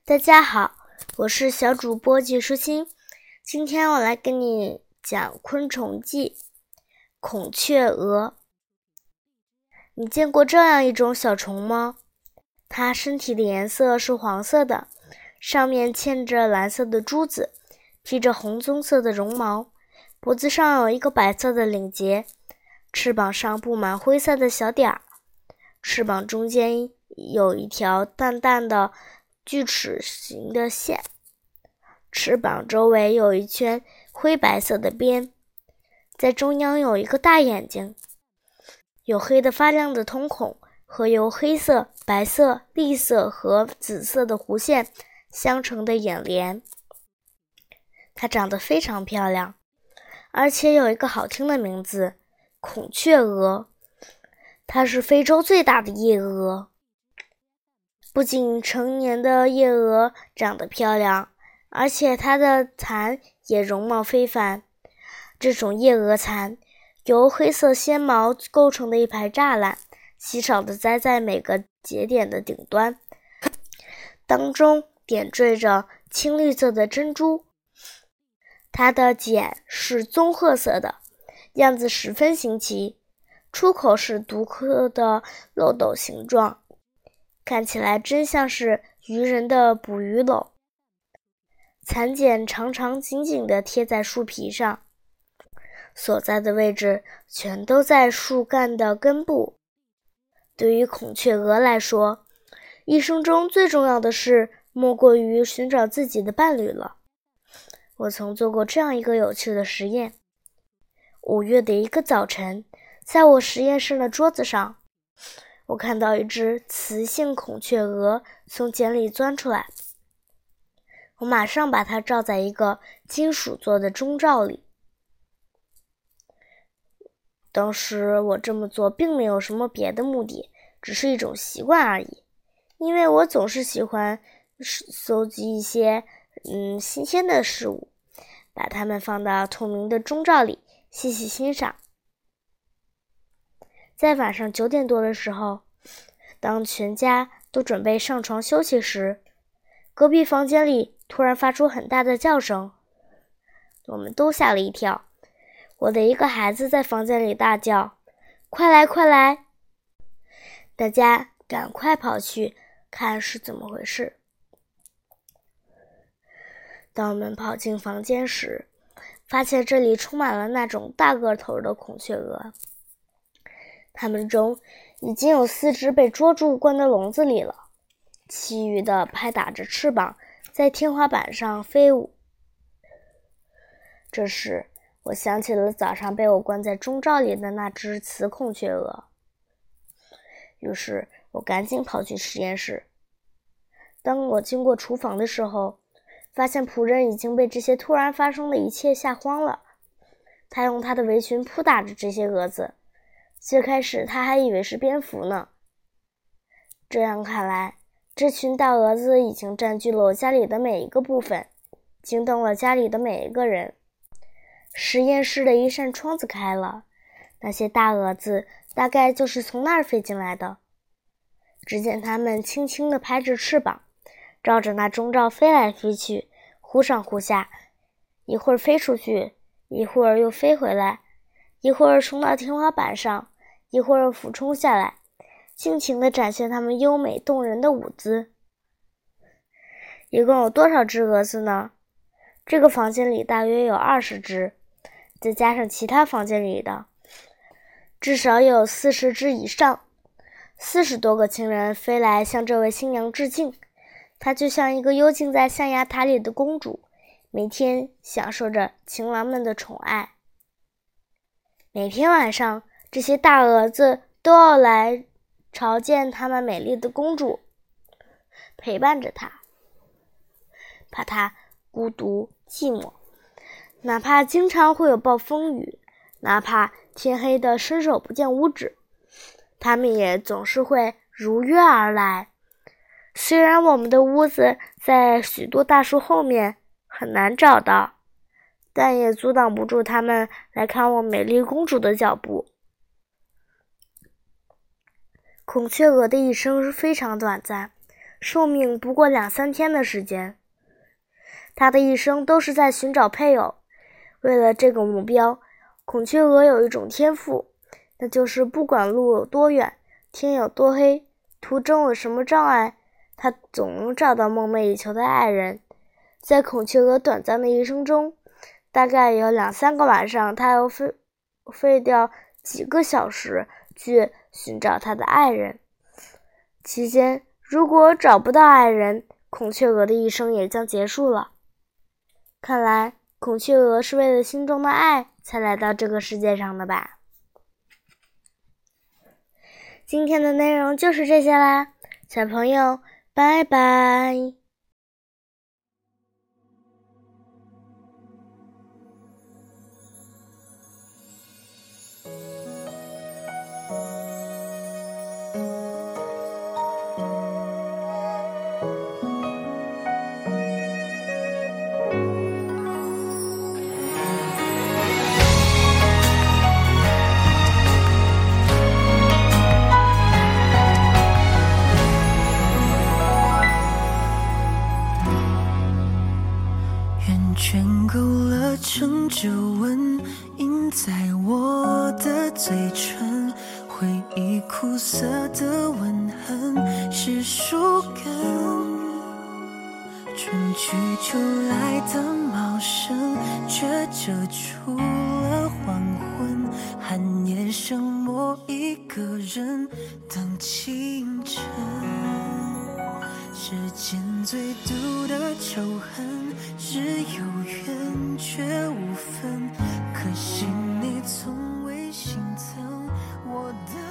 大家好，我是小主播季舒心。今天我来跟你讲昆虫记。孔雀蛾。你见过这样一种小虫吗？它身体的颜色是黄色的，上面嵌着蓝色的珠子，披着红棕色的绒毛，脖子上有一个白色的领结，翅膀上布满灰色的小点儿，翅膀中间有一条淡淡的锯齿形的线，翅膀周围有一圈灰白色的边，在中央有一个大眼睛，有黑的发亮的瞳孔和由黑色、白色、栗色和紫色的弧线相成的眼帘。它长得非常漂亮，而且有一个好听的名字——孔雀蛾。它是非洲最大的夜蛾。不仅成年的夜蛾长得漂亮，而且它的蚕也容貌非凡。这种夜蛾蚕由黑色纤毛构成的一排栅栏，稀少地栽在每个节点的顶端，当中点缀着青绿色的珍珠。它的茧是棕褐色的，样子十分新奇，出口是独特的漏斗形状，看起来真像是渔人的捕鱼篓。蚕茧常常紧紧地贴在树皮上，所在的位置全都在树干的根部。对于孔雀蛾来说，一生中最重要的事莫过于寻找自己的伴侣了。我曾做过这样一个有趣的实验。5月的一个早晨，在我实验室的桌子上，我看到一只雌性孔雀蛾从茧里钻出来。我马上把它罩在一个金属做的钟罩里。当时我这么做并没有什么别的目的，只是一种习惯而已。因为我总是喜欢搜集一些新鲜的事物，把它们放到透明的钟罩里细细欣赏。在晚上9点多的时候，当全家都准备上床休息时，隔壁房间里突然发出很大的叫声，我们都吓了一跳。我的一个孩子在房间里大叫：“快来，快来！”大家赶快跑去看是怎么回事。当我们跑进房间时，发现这里充满了那种大个头的孔雀蛾，它们中已经有4只被捉住关在笼子里了，其余的拍打着翅膀在天花板上飞舞。这时我想起了早上被我关在钟罩里的那只雌孔雀蛾，于是我赶紧跑去实验室。当我经过厨房的时候，发现仆人已经被这些突然发生的一切吓慌了。他用他的围裙扑打着这些蛾子，最开始他还以为是蝙蝠呢。这样看来，这群大蛾子已经占据了我家里的每一个部分，惊动了家里的每一个人。实验室的一扇窗子开了，那些大蛾子大概就是从那儿飞进来的。只见它们轻轻地拍着翅膀，照着那钟罩飞来飞去，忽上忽下，一会儿飞出去，一会儿又飞回来，一会儿冲到天花板上，一会儿俯冲下来，尽情地展现它们优美动人的舞姿。一共有多少只蛾子呢？这个房间里大约有20只，再加上其他房间里的，至少有40只以上。40多个情人飞来向这位新娘致敬，她就像一个幽静在象牙塔里的公主，每天享受着情郎们的宠爱。每天晚上，这些大蛾子都要来朝见她们美丽的公主，陪伴着她，怕她孤独寂寞，哪怕经常会有暴风雨，哪怕天黑的伸手不见五指，他们也总是会如约而来。虽然我们的屋子在许多大树后面，很难找到，但也阻挡不住他们来看我美丽公主的脚步。孔雀蛾的一生非常短暂， 寿命不过2-3天的时间。它的一生都是在寻找配偶。为了这个目标，孔雀鹅有一种天赋，那就是不管路有多远，天有多黑，途中有什么障碍，它总能找到梦寐以求的爱人。在孔雀鹅短暂的一生中，大概有2-3个晚上，它要费掉几个小时去寻找它的爱人。期间，如果找不到爱人，孔雀鹅的一生也将结束了。看来，孔雀鹅是为了心中的爱才来到这个世界上的吧。今天的内容就是这些啦，小朋友，拜拜。 圈勾勒成皱纹，印在我的嘴唇，回忆苦涩的吻痕是树根。春去秋来的茂盛，却遮住了黄昏，寒夜剩我一个人等清晨。世间最毒的仇恨，是有缘却无分，可惜你从未心疼我的